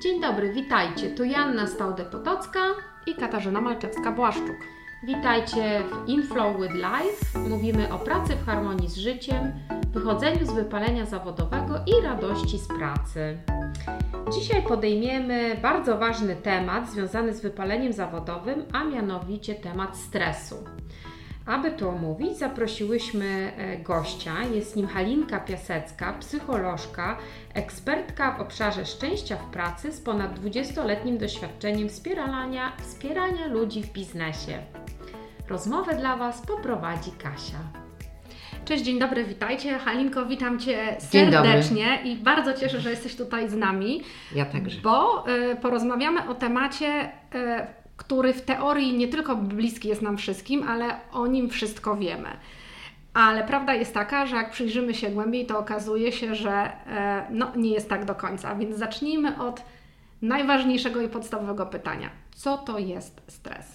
Dzień dobry, witajcie. Tu Joanna Staude-Potocka i Katarzyna Malczewska-Błaszczuk. Witajcie w Inflow with Life. Mówimy o pracy w harmonii z życiem, wychodzeniu z wypalenia zawodowego i radości z pracy. Dzisiaj podejmiemy bardzo ważny temat związany z wypaleniem zawodowym, a mianowicie temat stresu. Aby to omówić, zaprosiłyśmy gościa. Jest nim Halinka Piasecka, psycholożka, ekspertka w obszarze szczęścia w pracy z ponad 20-letnim doświadczeniem wspierania ludzi w biznesie. Rozmowę dla Was poprowadzi Kasia. Cześć, dzień dobry, witajcie. Halinko, witam Cię serdecznie i bardzo cieszę, że jesteś tutaj z nami. Ja także. Bo porozmawiamy o temacie, który w teorii nie tylko bliski jest nam wszystkim, ale o nim wszystko wiemy. Ale prawda jest taka, że jak przyjrzymy się głębiej, to okazuje się, że nie jest tak do końca. Więc zacznijmy od najważniejszego i podstawowego pytania. Co to jest stres?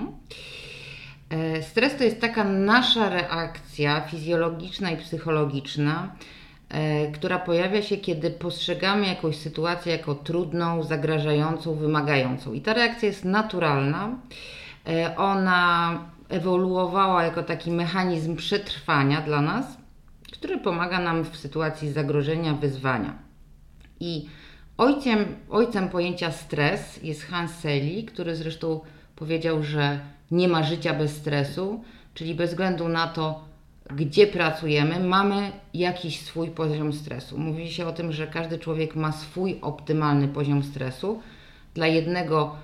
Stres to jest taka nasza reakcja fizjologiczna i psychologiczna, która pojawia się, kiedy postrzegamy jakąś sytuację jako trudną, zagrażającą, wymagającą. I ta reakcja jest naturalna. Ona ewoluowała jako taki mechanizm przetrwania dla nas, który pomaga nam w sytuacji zagrożenia, wyzwania. I ojcem pojęcia stres jest Hans Selye, który zresztą powiedział, że nie ma życia bez stresu, czyli bez względu na to, gdzie pracujemy, mamy jakiś swój poziom stresu. Mówi się o tym, że każdy człowiek ma swój optymalny poziom stresu. Dla jednego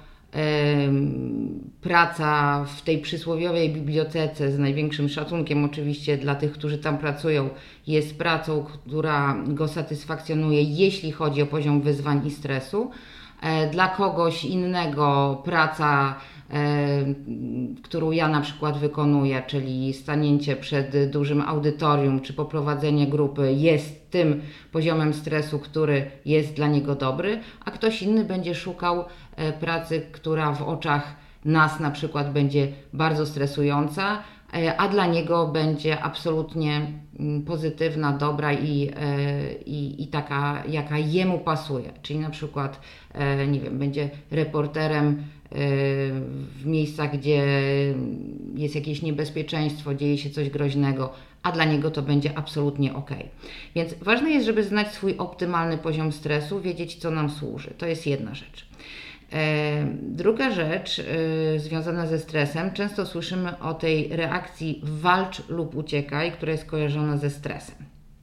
praca w tej przysłowiowej bibliotece, z największym szacunkiem oczywiście dla tych, którzy tam pracują, jest pracą, która go satysfakcjonuje, jeśli chodzi o poziom wyzwań i stresu. Dla kogoś innego praca, którą ja na przykład wykonuję, czyli stanięcie przed dużym audytorium czy poprowadzenie grupy, jest tym poziomem stresu, który jest dla niego dobry, a ktoś inny będzie szukał pracy, która w oczach nas na przykład będzie bardzo stresująca, a dla niego będzie absolutnie pozytywna, dobra i taka, jaka jemu pasuje. Czyli na przykład, nie wiem, będzie reporterem w miejscach, gdzie jest jakieś niebezpieczeństwo, dzieje się coś groźnego, a dla niego to będzie absolutnie ok. Więc ważne jest, żeby znać swój optymalny poziom stresu, wiedzieć, co nam służy. To jest jedna rzecz. Druga rzecz związana ze stresem, często słyszymy o tej reakcji walcz lub uciekaj, która jest kojarzona ze stresem.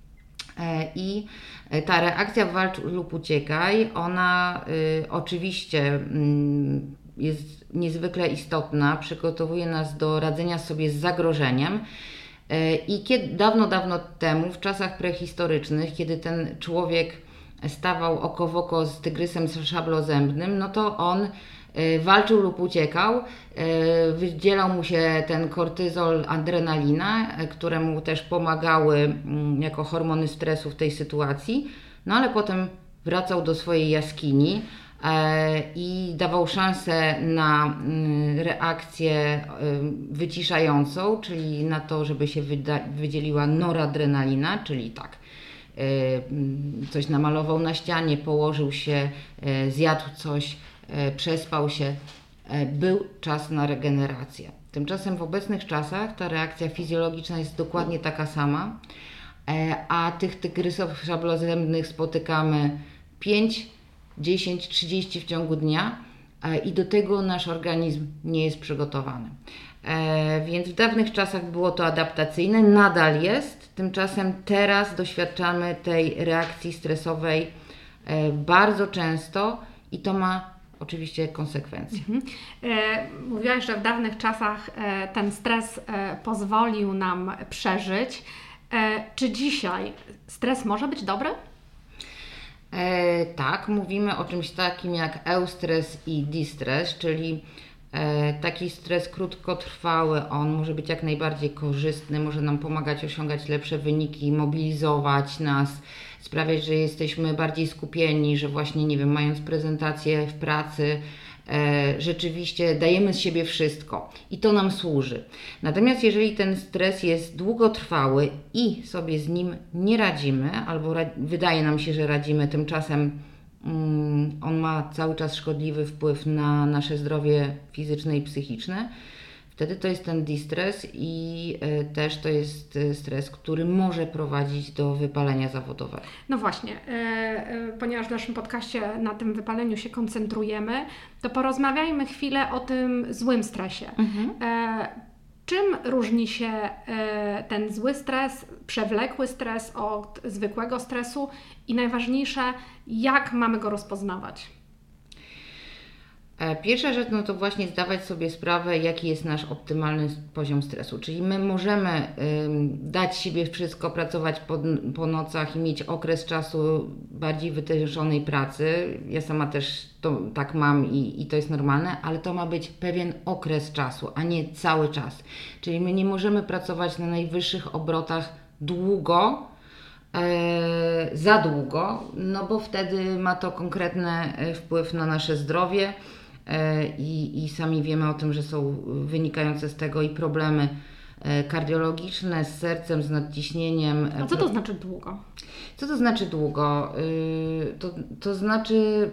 I ta reakcja walcz lub uciekaj, ona oczywiście jest niezwykle istotna, przygotowuje nas do radzenia sobie z zagrożeniem. I dawno temu, w czasach prehistorycznych, kiedy ten człowiek stawał oko w oko z tygrysem szablozębnym, no to on walczył lub uciekał, wydzielał mu się ten kortyzol, adrenalina, które mu też pomagały jako hormony stresu w tej sytuacji, no ale potem wracał do swojej jaskini i dawał szansę na reakcję wyciszającą, czyli na to, żeby się wydzieliła noradrenalina, czyli tak, coś namalował na ścianie, położył się, zjadł coś, przespał się, był czas na regenerację. Tymczasem w obecnych czasach ta reakcja fizjologiczna jest dokładnie taka sama, a tych tygrysów szablozębnych spotykamy 5, 10, 30 w ciągu dnia i do tego nasz organizm nie jest przygotowany. Więc w dawnych czasach było to adaptacyjne, nadal jest, tymczasem teraz doświadczamy tej reakcji stresowej bardzo często i to ma oczywiście konsekwencje. Mówiłaś, że w dawnych czasach ten stres pozwolił nam przeżyć. Czy dzisiaj stres może być dobry? Tak, mówimy o czymś takim jak eustres i distres, czyli taki stres krótkotrwały, on może być jak najbardziej korzystny, może nam pomagać osiągać lepsze wyniki, mobilizować nas, sprawiać, że jesteśmy bardziej skupieni, że właśnie, nie wiem, mając prezentację w pracy, rzeczywiście dajemy z siebie wszystko i to nam służy. Natomiast jeżeli ten stres jest długotrwały i sobie z nim nie radzimy, albo wydaje nam się, że radzimy, tymczasem on ma cały czas szkodliwy wpływ na nasze zdrowie fizyczne i psychiczne, wtedy to jest ten distres i też to jest stres, który może prowadzić do wypalenia zawodowego. No właśnie, ponieważ w naszym podcaście na tym wypaleniu się koncentrujemy, to porozmawiajmy chwilę o tym złym stresie. Czym różni się ten zły stres, przewlekły stres od zwykłego stresu i najważniejsze, jak mamy go rozpoznawać? Pierwsza rzecz, no to właśnie zdawać sobie sprawę, jaki jest nasz optymalny poziom stresu. Czyli my możemy dać siebie wszystko, pracować po nocach i mieć okres czasu bardziej wytężonej pracy. Ja sama też to tak mam i to jest normalne, ale to ma być pewien okres czasu, a nie cały czas. Czyli my nie możemy pracować na najwyższych obrotach długo, za długo, no bo wtedy ma to konkretny wpływ na nasze zdrowie. I sami wiemy o tym, że są wynikające z tego i problemy kardiologiczne z sercem, z nadciśnieniem. A co to znaczy długo? Co to znaczy długo? To znaczy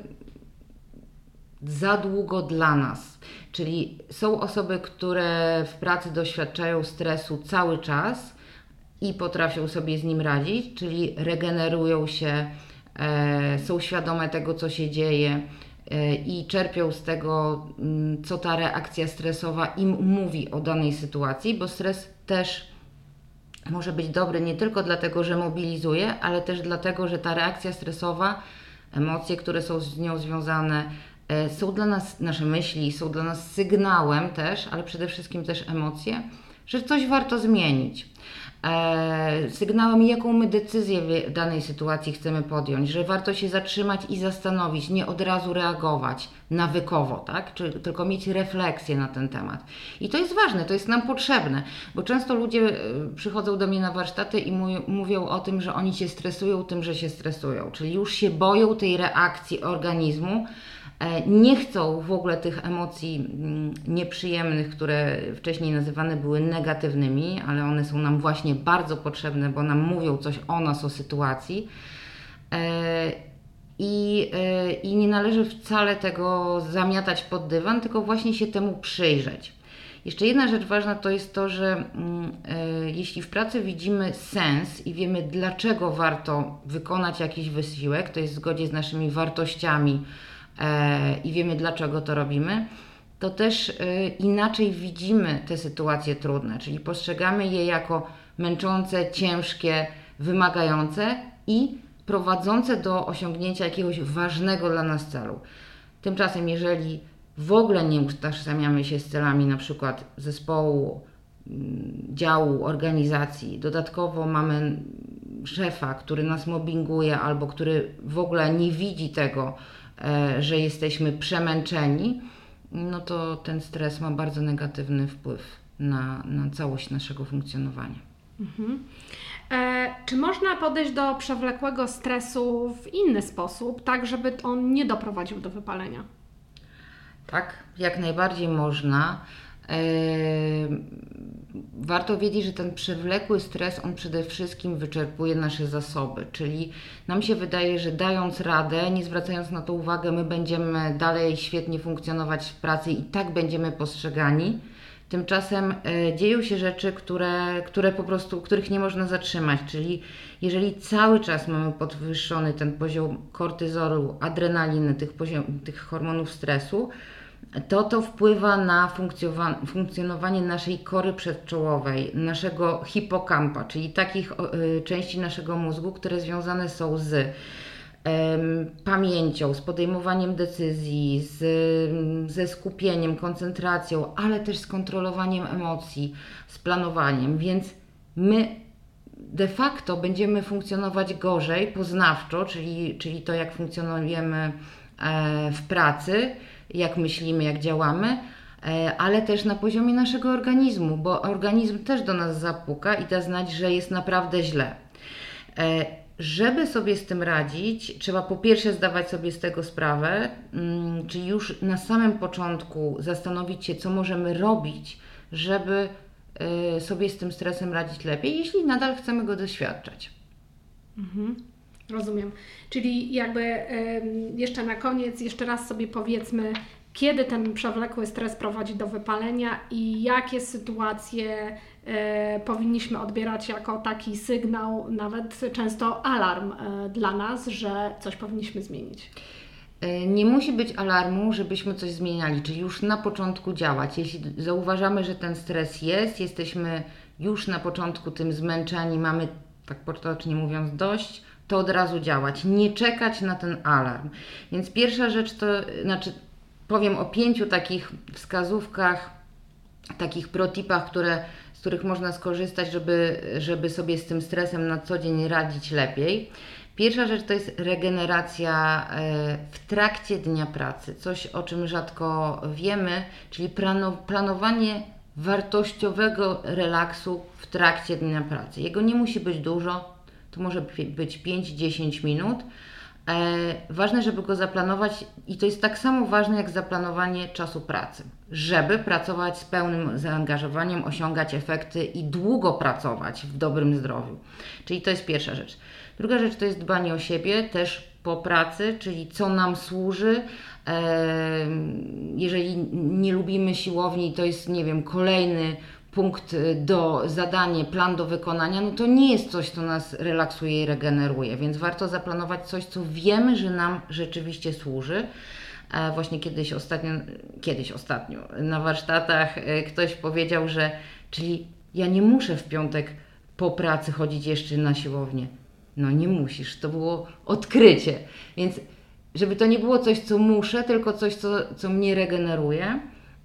za długo dla nas. Czyli są osoby, które w pracy doświadczają stresu cały czas i potrafią sobie z nim radzić, czyli regenerują się, są świadome tego, co się dzieje i czerpią z tego, co ta reakcja stresowa im mówi o danej sytuacji, bo stres też może być dobry nie tylko dlatego, że mobilizuje, ale też dlatego, że ta reakcja stresowa, emocje, które są z nią związane, są dla nas, nasze myśli są dla nas sygnałem też, ale przede wszystkim też emocje, że coś warto zmienić. Sygnałem, jaką my decyzję w danej sytuacji chcemy podjąć, że warto się zatrzymać i zastanowić, nie od razu reagować nawykowo, tak? Czyli tylko mieć refleksję na ten temat. I to jest ważne, to jest nam potrzebne, bo często ludzie przychodzą do mnie na warsztaty i mówią o tym, że oni się stresują tym, że się stresują, czyli już się boją tej reakcji organizmu, nie chcą w ogóle tych emocji nieprzyjemnych, które wcześniej nazywane były negatywnymi, ale one są nam właśnie bardzo potrzebne, bo nam mówią coś o nas, o sytuacji. I nie należy wcale tego zamiatać pod dywan, tylko właśnie się temu przyjrzeć. Jeszcze jedna rzecz ważna to jest to, że jeśli w pracy widzimy sens i wiemy, dlaczego warto wykonać jakiś wysiłek, to jest w zgodzie z naszymi wartościami, i wiemy, dlaczego to robimy, to też inaczej widzimy te sytuacje trudne, czyli postrzegamy je jako męczące, ciężkie, wymagające i prowadzące do osiągnięcia jakiegoś ważnego dla nas celu. Tymczasem, jeżeli w ogóle nie utożsamiamy się z celami na przykład zespołu, działu, organizacji, dodatkowo mamy szefa, który nas mobbinguje albo który w ogóle nie widzi tego, że jesteśmy przemęczeni, no to ten stres ma bardzo negatywny wpływ na całość naszego funkcjonowania. Czy można podejść do przewlekłego stresu w inny sposób, tak żeby on nie doprowadził do wypalenia? Tak, jak najbardziej można. Warto wiedzieć, że ten przewlekły stres, on przede wszystkim wyczerpuje nasze zasoby, czyli nam się wydaje, że dając radę, nie zwracając na to uwagę, my będziemy dalej świetnie funkcjonować w pracy i tak będziemy postrzegani. Tymczasem dzieją się rzeczy, które po prostu, których nie można zatrzymać, czyli jeżeli cały czas mamy podwyższony ten poziom kortyzolu, adrenaliny, tych hormonów stresu, to wpływa na funkcjonowanie naszej kory przedczołowej, naszego hipokampa, czyli takich części naszego mózgu, które związane są z pamięcią, z podejmowaniem decyzji, ze skupieniem, koncentracją, ale też z kontrolowaniem emocji, z planowaniem, więc my de facto będziemy funkcjonować gorzej poznawczo, czyli to, jak funkcjonujemy w pracy, jak myślimy, jak działamy, ale też na poziomie naszego organizmu, bo organizm też do nas zapuka i da znać, że jest naprawdę źle. Żeby sobie z tym radzić, trzeba po pierwsze zdawać sobie z tego sprawę, czyli już na samym początku zastanowić się, co możemy robić, żeby sobie z tym stresem radzić lepiej, jeśli nadal chcemy go doświadczać. Rozumiem. Czyli jakby jeszcze na koniec, jeszcze raz sobie powiedzmy, kiedy ten przewlekły stres prowadzi do wypalenia i jakie sytuacje powinniśmy odbierać jako taki sygnał, nawet często alarm dla nas, że coś powinniśmy zmienić. Nie musi być alarmu, żebyśmy coś zmieniali, czyli już na początku działać. Jeśli zauważamy, że ten stres jest, jesteśmy już na początku tym zmęczeni, mamy, tak potocznie mówiąc, dość, to od razu działać, nie czekać na ten alarm. Więc pierwsza rzecz to, powiem o 5 takich wskazówkach, takich protipach, z których można skorzystać, żeby sobie z tym stresem na co dzień radzić lepiej. Pierwsza rzecz to jest regeneracja w trakcie dnia pracy. Coś, o czym rzadko wiemy, czyli planowanie wartościowego relaksu w trakcie dnia pracy. Jego nie musi być dużo, to może być 5-10 minut. Ważne, żeby go zaplanować i to jest tak samo ważne jak zaplanowanie czasu pracy, żeby pracować z pełnym zaangażowaniem, osiągać efekty i długo pracować w dobrym zdrowiu. Czyli to jest pierwsza rzecz. Druga rzecz to jest dbanie o siebie, też po pracy, czyli co nam służy. Jeżeli nie lubimy siłowni, to jest, nie wiem, kolejny punkt zadanie, plan do wykonania, no to nie jest coś, co nas relaksuje i regeneruje, więc warto zaplanować coś, co wiemy, że nam rzeczywiście służy. Właśnie kiedyś ostatnio na warsztatach ktoś powiedział, że czyli ja nie muszę w piątek po pracy chodzić jeszcze na siłownię. No nie musisz, to było odkrycie, więc żeby to nie było coś, co muszę, tylko coś, co mnie regeneruje.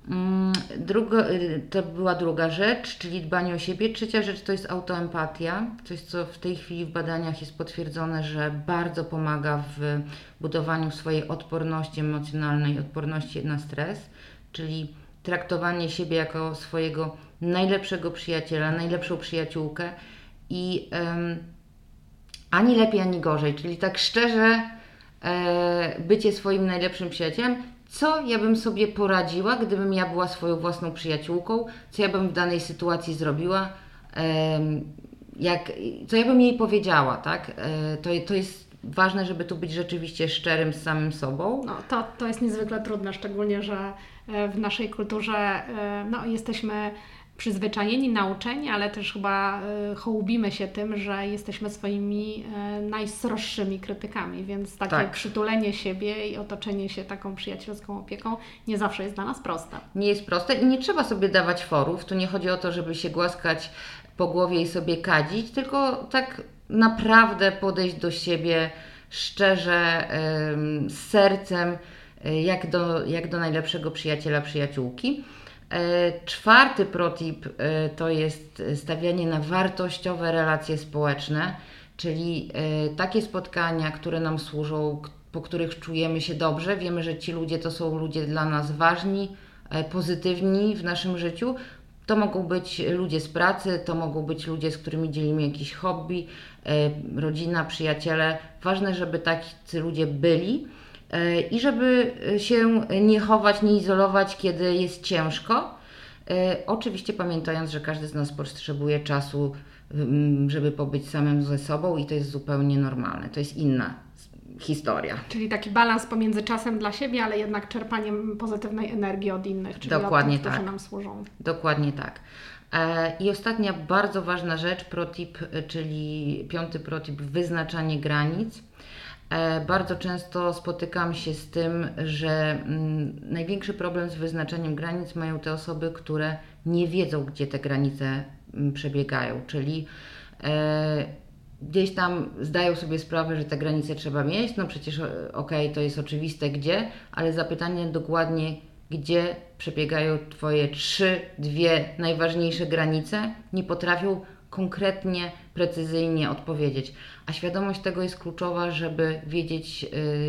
To była druga rzecz, czyli dbanie o siebie. Trzecia rzecz to jest autoempatia, coś co w tej chwili w badaniach jest potwierdzone, że bardzo pomaga w budowaniu swojej odporności emocjonalnej, odporności na stres, czyli traktowanie siebie jako swojego najlepszego przyjaciela, najlepszą przyjaciółkę i ani lepiej, ani gorzej, czyli tak szczerze bycie swoim najlepszym przyjacielem. Co ja bym sobie poradziła, gdybym ja była swoją własną przyjaciółką? Co ja bym w danej sytuacji zrobiła? Co ja bym jej powiedziała, tak? To jest ważne, żeby tu być rzeczywiście szczerym z samym sobą. No, to jest niezwykle trudne, szczególnie, że w naszej kulturze jesteśmy przyzwyczajeni, nauczeni, ale też chyba hołbimy się tym, że jesteśmy swoimi najsroższymi krytykami, więc takie przytulenie siebie i otoczenie się taką przyjacielską opieką nie zawsze jest dla nas proste. Nie jest proste i nie trzeba sobie dawać forów. Tu nie chodzi o to, żeby się głaskać po głowie i sobie kadzić, tylko tak naprawdę podejść do siebie szczerze, z sercem, jak do najlepszego przyjaciela, przyjaciółki. Czwarty protip to jest stawianie na wartościowe relacje społeczne, czyli takie spotkania, które nam służą, po których czujemy się dobrze. Wiemy, że ci ludzie to są ludzie dla nas ważni, pozytywni w naszym życiu. To mogą być ludzie z pracy, to mogą być ludzie, z którymi dzielimy jakieś hobby, rodzina, przyjaciele. Ważne, żeby tacy ludzie byli. I żeby się nie chować, nie izolować, kiedy jest ciężko. Oczywiście pamiętając, że każdy z nas potrzebuje czasu, żeby pobyć samym ze sobą i to jest zupełnie normalne. To jest inna historia. Czyli taki balans pomiędzy czasem dla siebie, ale jednak czerpaniem pozytywnej energii od innych, czyli dokładnie od tych, którzy nam służą. Dokładnie tak. I ostatnia bardzo ważna rzecz, protip, czyli 5. protip, wyznaczanie granic. Bardzo często spotykam się z tym, że największy problem z wyznaczaniem granic mają te osoby, które nie wiedzą, gdzie te granice przebiegają, czyli gdzieś tam zdają sobie sprawę, że te granice trzeba mieć, no przecież to jest oczywiste gdzie, ale zapytanie dokładnie, gdzie przebiegają Twoje 2 najważniejsze granice, nie potrafią konkretnie, precyzyjnie odpowiedzieć. A świadomość tego jest kluczowa, żeby wiedzieć,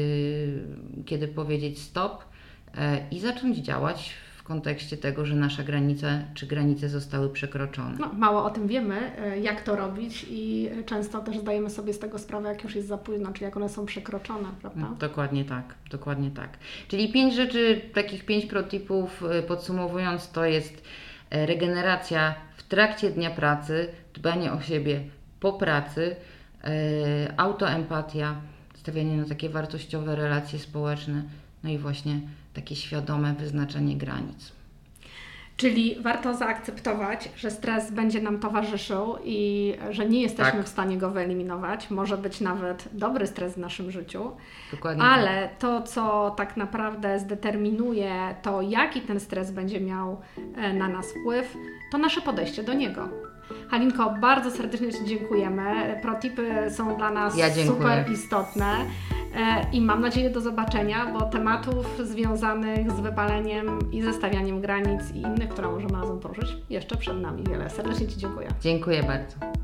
kiedy powiedzieć stop i zacząć działać w kontekście tego, że nasza granica czy granice zostały przekroczone. No, mało o tym wiemy, jak to robić i często też zdajemy sobie z tego sprawę, jak już jest za późno, czyli jak one są przekroczone, prawda? Dokładnie tak. Czyli 5 rzeczy, takich 5 protipów, podsumowując, to jest regeneracja w trakcie dnia pracy, dbanie o siebie po pracy, autoempatia, stawianie na takie wartościowe relacje społeczne, no i właśnie takie świadome wyznaczanie granic. Czyli warto zaakceptować, że stres będzie nam towarzyszył i że nie jesteśmy w stanie go wyeliminować. Może być nawet dobry stres w naszym życiu. Dokładnie ale to, co tak naprawdę zdeterminuje to, jaki ten stres będzie miał na nas wpływ, to nasze podejście do niego. Halinko, bardzo serdecznie Ci dziękujemy. Protipy są dla nas super istotne i mam nadzieję do zobaczenia, bo tematów związanych z wypaleniem i ze stawianiem granic i innych, które możemy razem poruszyć, jeszcze przed nami wiele. Serdecznie Ci dziękuję. Dziękuję bardzo.